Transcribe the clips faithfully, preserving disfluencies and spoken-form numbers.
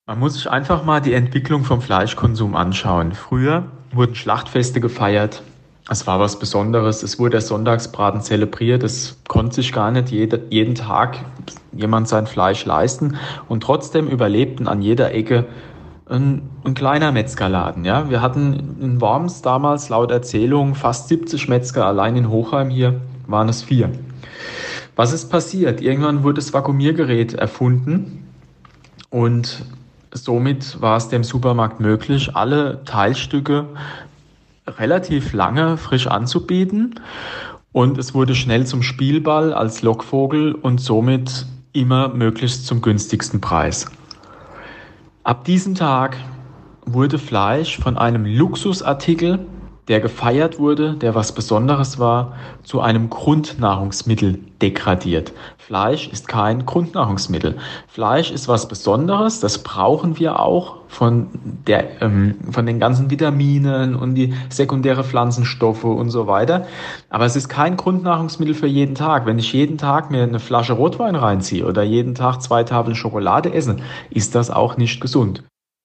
Man muss sich einfach mal die Entwicklung vom Fleischkonsum anschauen. Früher wurden Schlachtfeste gefeiert. Es war was Besonderes. Es wurde der Sonntagsbraten zelebriert. Es konnte sich gar nicht jede, jeden Tag jemand sein Fleisch leisten. Und trotzdem überlebten an jeder Ecke ein, ein kleiner Metzgerladen. Ja? Wir hatten in Worms damals laut Erzählung fast siebzig Metzger. Allein in Hochheim hier waren es vier. Was ist passiert? Irgendwann wurde das Vakuumiergerät erfunden. Und somit war es dem Supermarkt möglich, alle Teilstücke relativ lange frisch anzubieten. Und es wurde schnell zum Spielball als Lockvogel und somit immer möglichst zum günstigsten Preis. Ab diesem Tag wurde Fleisch von einem Luxusartikel, der gefeiert wurde, der was Besonderes war, zu einem Grundnahrungsmittel degradiert. Fleisch ist kein Grundnahrungsmittel. Fleisch ist was Besonderes, das brauchen wir auch von der, ähm, von den ganzen Vitaminen und die sekundäre Pflanzenstoffe und so weiter. Aber es ist kein Grundnahrungsmittel für jeden Tag. Wenn ich jeden Tag mir eine Flasche Rotwein reinziehe oder jeden Tag zwei Tafeln Schokolade esse, ist das auch nicht gesund.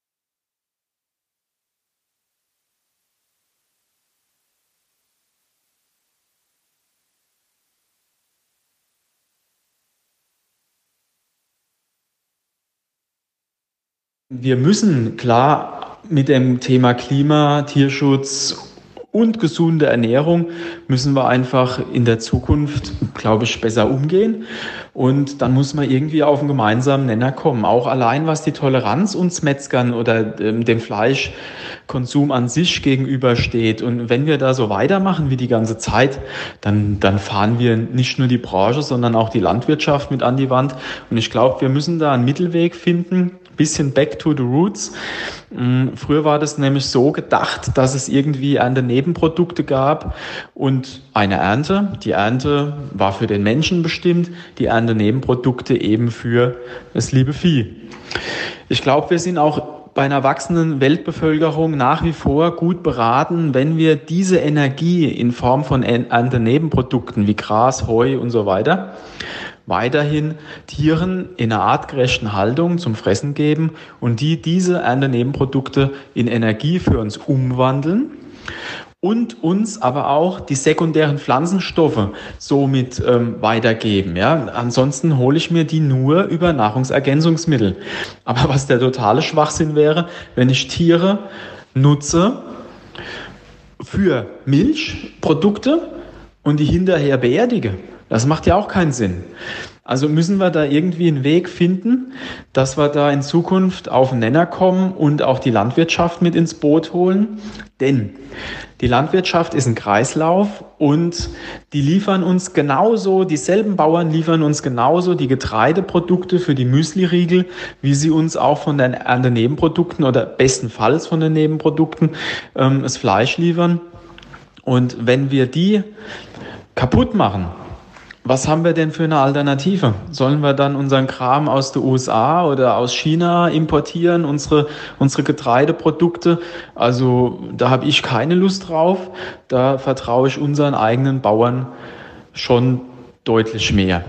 Wir müssen klar mit dem Thema Klima, Tierschutz und gesunde Ernährung müssen wir einfach in der Zukunft, glaube ich, besser umgehen. Und dann muss man irgendwie auf einen gemeinsamen Nenner kommen. Auch allein, was die Toleranz uns Metzgern oder ähm, dem Fleischkonsum an sich gegenübersteht. Und wenn wir da so weitermachen wie die ganze Zeit, dann, dann fahren wir nicht nur die Branche, sondern auch die Landwirtschaft mit an die Wand. Und ich glaube, wir müssen da einen Mittelweg finden. Bisschen back to the roots. Früher war das nämlich so gedacht, dass es irgendwie Erntenebenprodukte gab und eine Ernte. Die Ernte war für den Menschen bestimmt, die Erntenebenprodukte eben für das liebe Vieh. Ich glaube, wir sind auch bei einer wachsenden Weltbevölkerung nach wie vor gut beraten, wenn wir diese Energie in Form von Erntenebenprodukten wie Gras, Heu und so weiter weiterhin Tieren in einer artgerechten Haltung zum Fressen geben und die diese Erntenebenprodukte in Energie für uns umwandeln und uns aber auch die sekundären Pflanzenstoffe somit ähm, weitergeben. Ja? Ansonsten hole ich mir die nur über Nahrungsergänzungsmittel. Aber was der totale Schwachsinn wäre, wenn ich Tiere nutze für Milchprodukte und die hinterher beerdige. Das macht ja auch keinen Sinn. Also müssen wir da irgendwie einen Weg finden, dass wir da in Zukunft auf den Nenner kommen und auch die Landwirtschaft mit ins Boot holen. Denn die Landwirtschaft ist ein Kreislauf und die liefern uns genauso, dieselben Bauern liefern uns genauso die Getreideprodukte für die Müsliriegel, wie sie uns auch von den, an den Nebenprodukten oder bestenfalls von den Nebenprodukten ähm, das Fleisch liefern. Und wenn wir die kaputt machen, was haben wir denn für eine Alternative? Sollen wir dann unseren Kram aus den U S A oder aus China importieren, unsere, unsere Getreideprodukte? Also da habe ich keine Lust drauf. Da vertraue ich unseren eigenen Bauern schon deutlich mehr.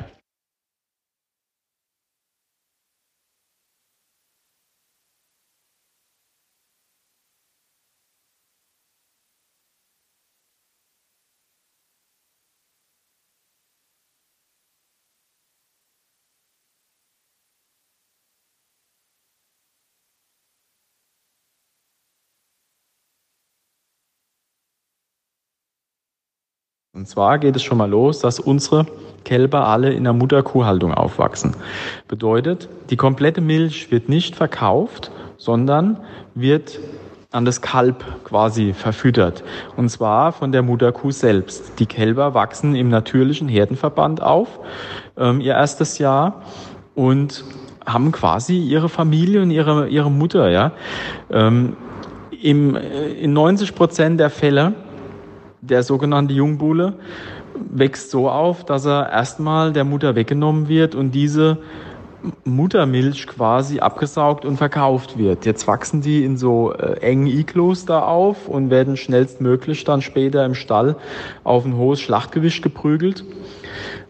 Und zwar geht es schon mal los, dass unsere Kälber alle in der Mutterkuhhaltung aufwachsen. Bedeutet, die komplette Milch wird nicht verkauft, sondern wird an das Kalb quasi verfüttert. Und zwar von der Mutterkuh selbst. Die Kälber wachsen im natürlichen Herdenverband auf, ähm, ihr erstes Jahr, und haben quasi ihre Familie und ihre, ihre Mutter. Ja? Ähm, im, äh, in neunzig Prozent der Fälle der sogenannte Jungbule wächst so auf, dass er erstmal der Mutter weggenommen wird und diese Muttermilch quasi abgesaugt und verkauft wird. Jetzt wachsen die in so äh, engen Iglos da auf und werden schnellstmöglich dann später im Stall auf ein hohes Schlachtgewicht geprügelt.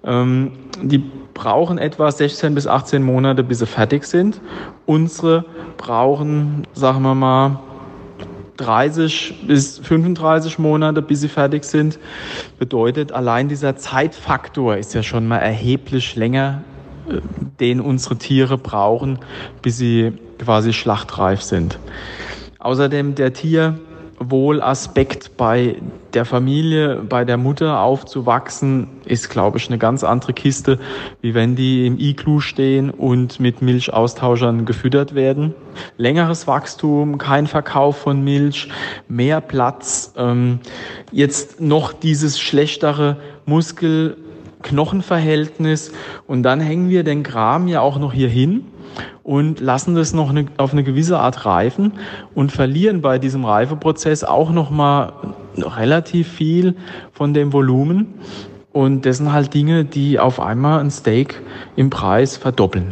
Ähm, die brauchen etwa sechzehn bis achtzehn Monate, bis sie fertig sind. Unsere brauchen, sagen wir mal, dreißig bis fünfunddreißig Monate, bis sie fertig sind. Bedeutet, allein dieser Zeitfaktor ist ja schon mal erheblich länger, äh, den unsere Tiere brauchen, bis sie quasi schlachtreif sind. Außerdem der Tierwohlaspekt bei der Familie, bei der Mutter aufzuwachsen, ist, glaube ich, eine ganz andere Kiste, wie wenn die im Iglu stehen und mit Milchaustauschern gefüttert werden. Längeres Wachstum, kein Verkauf von Milch, mehr Platz, ähm, jetzt noch dieses schlechtere Muskel-Knochen-Verhältnis und dann hängen wir den Kram ja auch noch hier hin und lassen das noch eine, auf eine gewisse Art reifen und verlieren bei diesem Reifeprozess auch noch mal relativ viel von dem Volumen. Und das sind halt Dinge, die auf einmal ein Steak im Preis verdoppeln.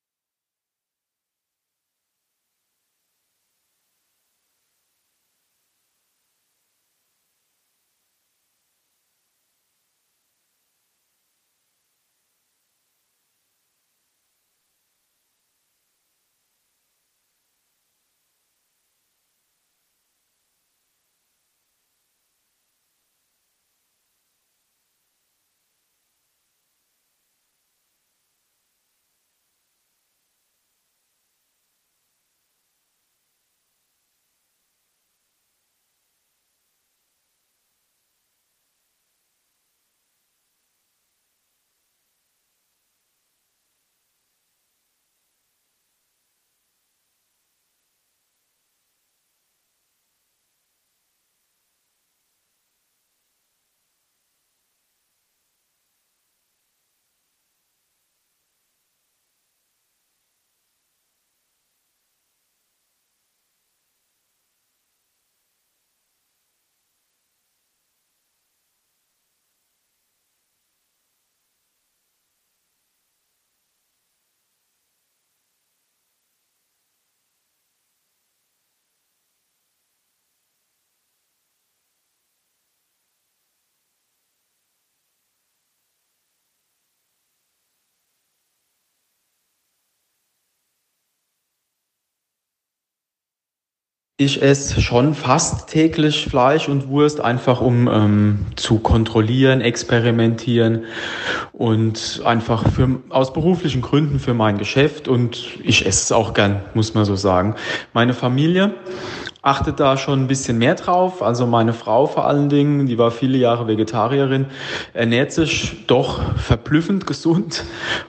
Ich esse schon fast täglich Fleisch und Wurst, einfach um ähm, zu kontrollieren, experimentieren und einfach für, aus beruflichen Gründen für mein Geschäft. Und ich esse es auch gern, muss man so sagen. Meine Familie achtet da schon ein bisschen mehr drauf. Also meine Frau vor allen Dingen, die war viele Jahre Vegetarierin, ernährt sich doch verblüffend gesund.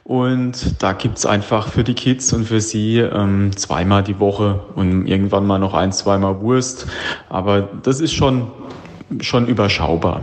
Und da gibt's einfach für die Kids und für sie ähm, zweimal die Woche und irgendwann mal noch ein, zweimal Wurst. Aber das ist schon, schon überschaubar.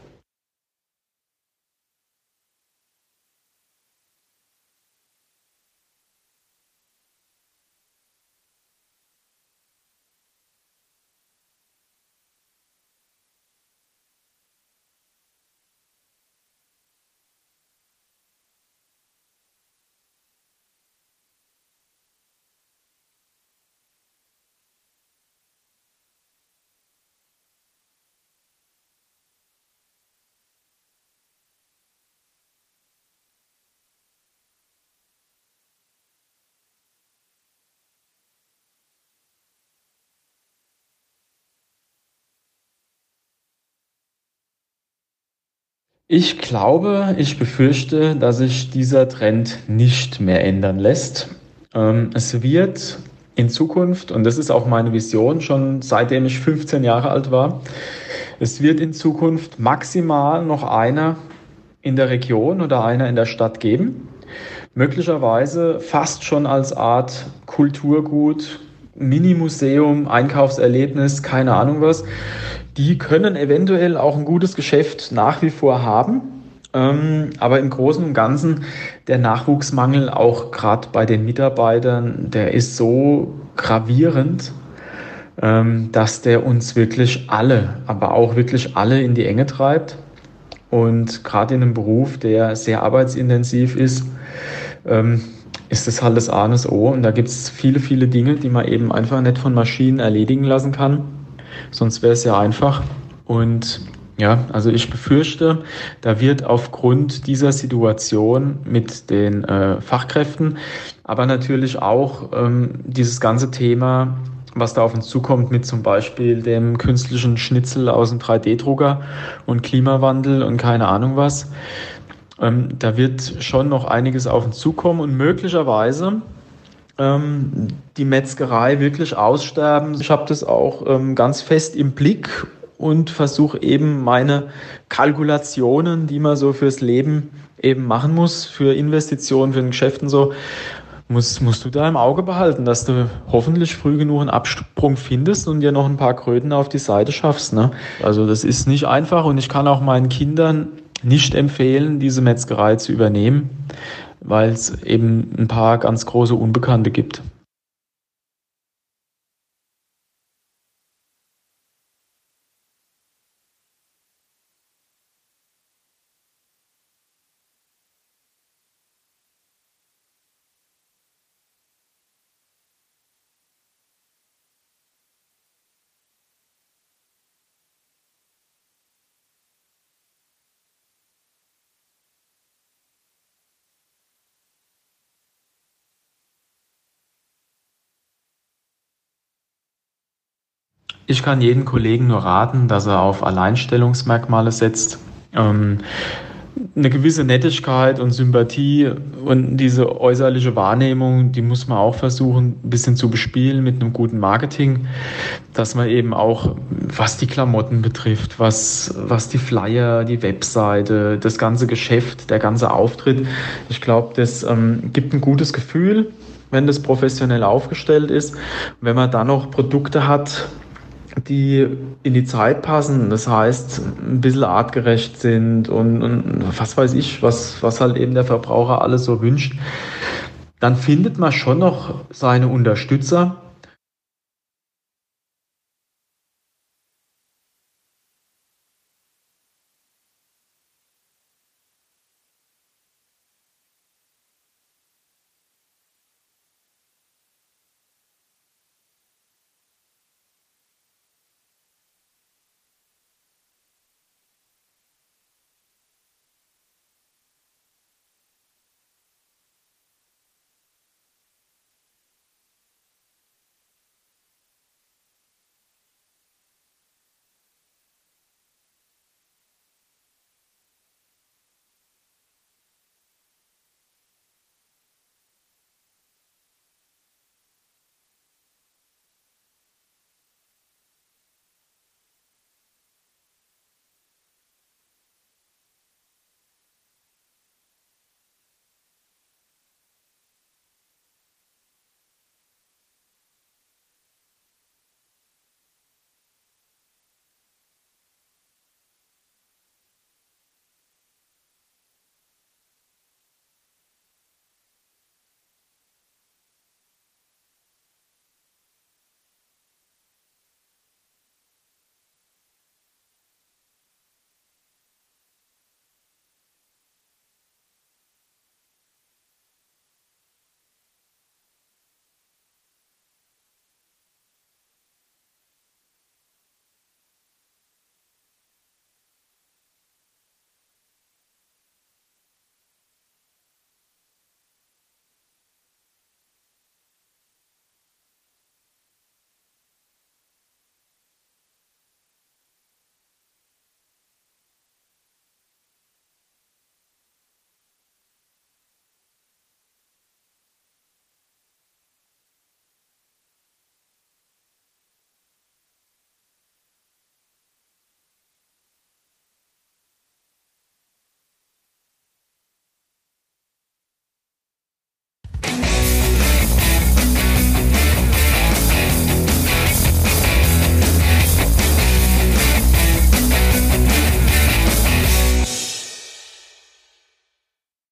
Ich glaube, ich befürchte, dass sich dieser Trend nicht mehr ändern lässt. Ähm, es wird in Zukunft, und das ist auch meine Vision schon seitdem ich fünfzehn Jahre alt war, es wird in Zukunft maximal noch einer in der Region oder einer in der Stadt geben. Möglicherweise fast schon als Art Kulturgut, Mini-Museum, Einkaufserlebnis, keine Ahnung was. Die können eventuell auch ein gutes Geschäft nach wie vor haben. Ähm, aber im Großen und Ganzen der Nachwuchsmangel auch gerade bei den Mitarbeitern, der ist so gravierend, ähm, dass der uns wirklich alle, aber auch wirklich alle in die Enge treibt. Und gerade in einem Beruf, der sehr arbeitsintensiv ist, ähm, ist das halt das A und das O. Und da gibt es viele, viele Dinge, die man eben einfach nicht von Maschinen erledigen lassen kann. Sonst wäre es ja einfach. Und Ja, also ich befürchte, da wird aufgrund dieser Situation mit den äh, Fachkräften, aber natürlich auch ähm, dieses ganze Thema, was da auf uns zukommt mit zum Beispiel dem künstlichen Schnitzel aus dem drei D-Drucker und Klimawandel und keine Ahnung was, ähm, da wird schon noch einiges auf uns zukommen und möglicherweise ähm, die Metzgerei wirklich aussterben. Ich habe das auch ähm, ganz fest im Blick und versuche eben meine Kalkulationen, die man so fürs Leben eben machen muss, für Investitionen, für ein Geschäft und so, musst, musst du da im Auge behalten, dass du hoffentlich früh genug einen Absprung findest und dir noch ein paar Kröten auf die Seite schaffst. Ne? Also das ist nicht einfach und ich kann auch meinen Kindern nicht empfehlen, diese Metzgerei zu übernehmen, weil es eben ein paar ganz große Unbekannte gibt. Ich kann jedem Kollegen nur raten, dass er auf Alleinstellungsmerkmale setzt. Ähm, eine gewisse Nettigkeit und Sympathie und diese äußerliche Wahrnehmung, die muss man auch versuchen, ein bisschen zu bespielen mit einem guten Marketing, dass man eben auch, was die Klamotten betrifft, was, was die Flyer, die Webseite, das ganze Geschäft, der ganze Auftritt, ich glaube, das ähm, gibt ein gutes Gefühl, wenn das professionell aufgestellt ist. Wenn man dann noch Produkte hat, die in die Zeit passen, das heißt, ein bisschen artgerecht sind und, und was weiß ich, was, was halt eben der Verbraucher alles so wünscht, dann findet man schon noch seine Unterstützer.